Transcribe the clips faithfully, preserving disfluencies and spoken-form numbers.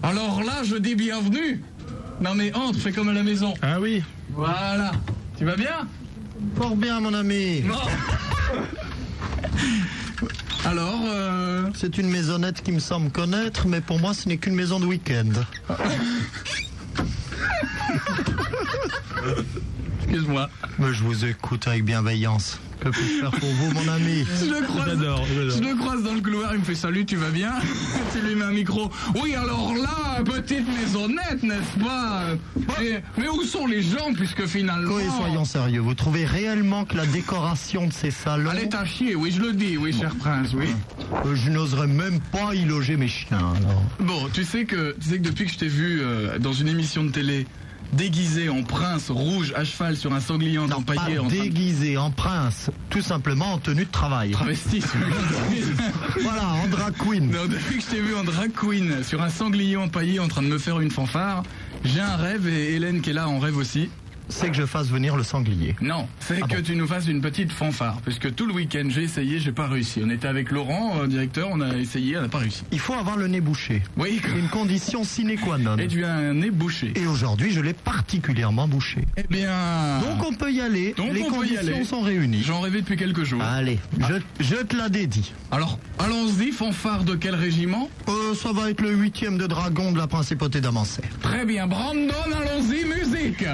Alors là, je dis bienvenue. Non mais entre, fais comme à la maison. Ah oui. Voilà. Tu vas bien? Fort bien, mon ami. Non. Alors, euh... c'est une maisonnette qui me semble connaître, mais pour moi, ce n'est qu'une maison de week-end. Excuse-moi. Mais je vous écoute avec bienveillance. Que puis-je faire pour vous, mon ami? Je le croise, J'adore, j'adore. je le croise dans le couloir, il me fait salut, tu vas bien? Tu lui mets un micro. Oui, alors là, petite maisonnette, n'est-ce pas? mais, mais où sont les gens, puisque finalement... Oui, soyons sérieux. Vous trouvez réellement que la décoration de ces salons... Elle est à chier, oui, je le dis, oui, cher prince, oui. Euh, je n'oserais même pas y loger mes chiens, alors. Bon, tu sais que, tu sais que depuis que je t'ai vu euh, dans une émission de télé, déguisé en prince rouge à cheval sur un sanglier Non, empaillé pas en train de... déguisé en prince, tout simplement en tenue de travail. Travesti, Voilà, en drag queen. Non, depuis que je t'ai vu en drag queen sur un sanglier empaillé en train de me faire une fanfare, j'ai un rêve et Hélène qui est là en rêve aussi. C'est que je fasse venir le sanglier. Non, c'est Ah que bon tu nous fasses une petite fanfare, puisque tout le week-end j'ai essayé, j'ai pas réussi. On était avec Laurent, euh, directeur, on a essayé, on n'a pas réussi. Il faut avoir le nez bouché. Oui, Une condition sine qua non. et tu as un nez bouché. Et aujourd'hui, je l'ai particulièrement bouché. Eh bien... Donc on peut y aller. Donc Les on peut y conditions aller. sont réunies. J'en rêvais depuis quelques jours. Allez, je, je te la dédie. Alors, allons-y, fanfare de quel régiment? Euh, ça va être le huitième de dragon de la principauté d'Amancet. Très bien, Brandon, allons-y, musique.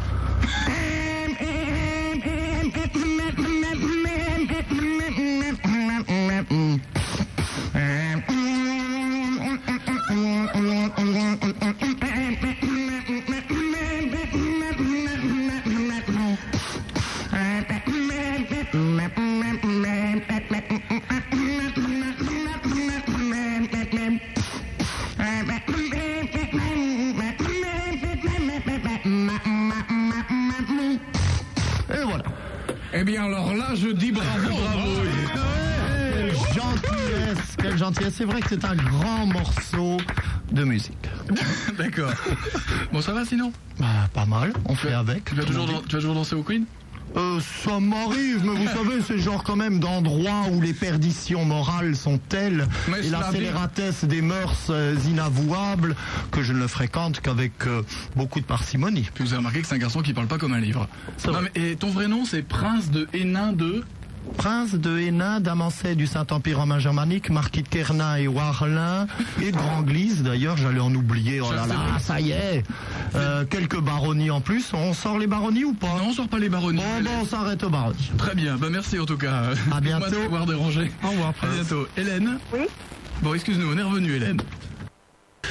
Et voilà. Eh bien, alors là, je dis bravo, bravo. Quelle gentillesse, quelle gentillesse. C'est vrai que c'est un grand morceau de musique. D'accord. Bon, ça va sinon? Bah, pas mal, on fait avec. Tu vas toujours, dan- tu vas toujours danser au Queen? Euh, ça m'arrive, mais vous savez, c'est genre quand même d'endroits où les perditions morales sont telles Mais et cela la dit- scélératesse des mœurs euh, inavouables que je ne le fréquente qu'avec euh, beaucoup de parcimonie. Puis vous avez remarqué que c'est un garçon qui parle pas comme un livre. C'est Non, vrai. mais, et ton vrai nom, c'est Prince de Hénin de... Prince de Hénin, d'Amancet du Saint-Empire romain germanique, marquis de Kernin et Warlin, et de Grandglise d'ailleurs, j'allais en oublier, oh là là, ça y est. Euh, quelques baronnies en plus, on sort les baronnies ou pas? Non, on sort pas les baronnies. Bon, bon, on s'arrête aux baronnies. Très bien, bah merci en tout cas. À bientôt. Excuse-moi de t'avoir dérangé. Au revoir, À Prince. bientôt. Hélène? Oui. Bon, excuse-nous, on est revenu, Hélène.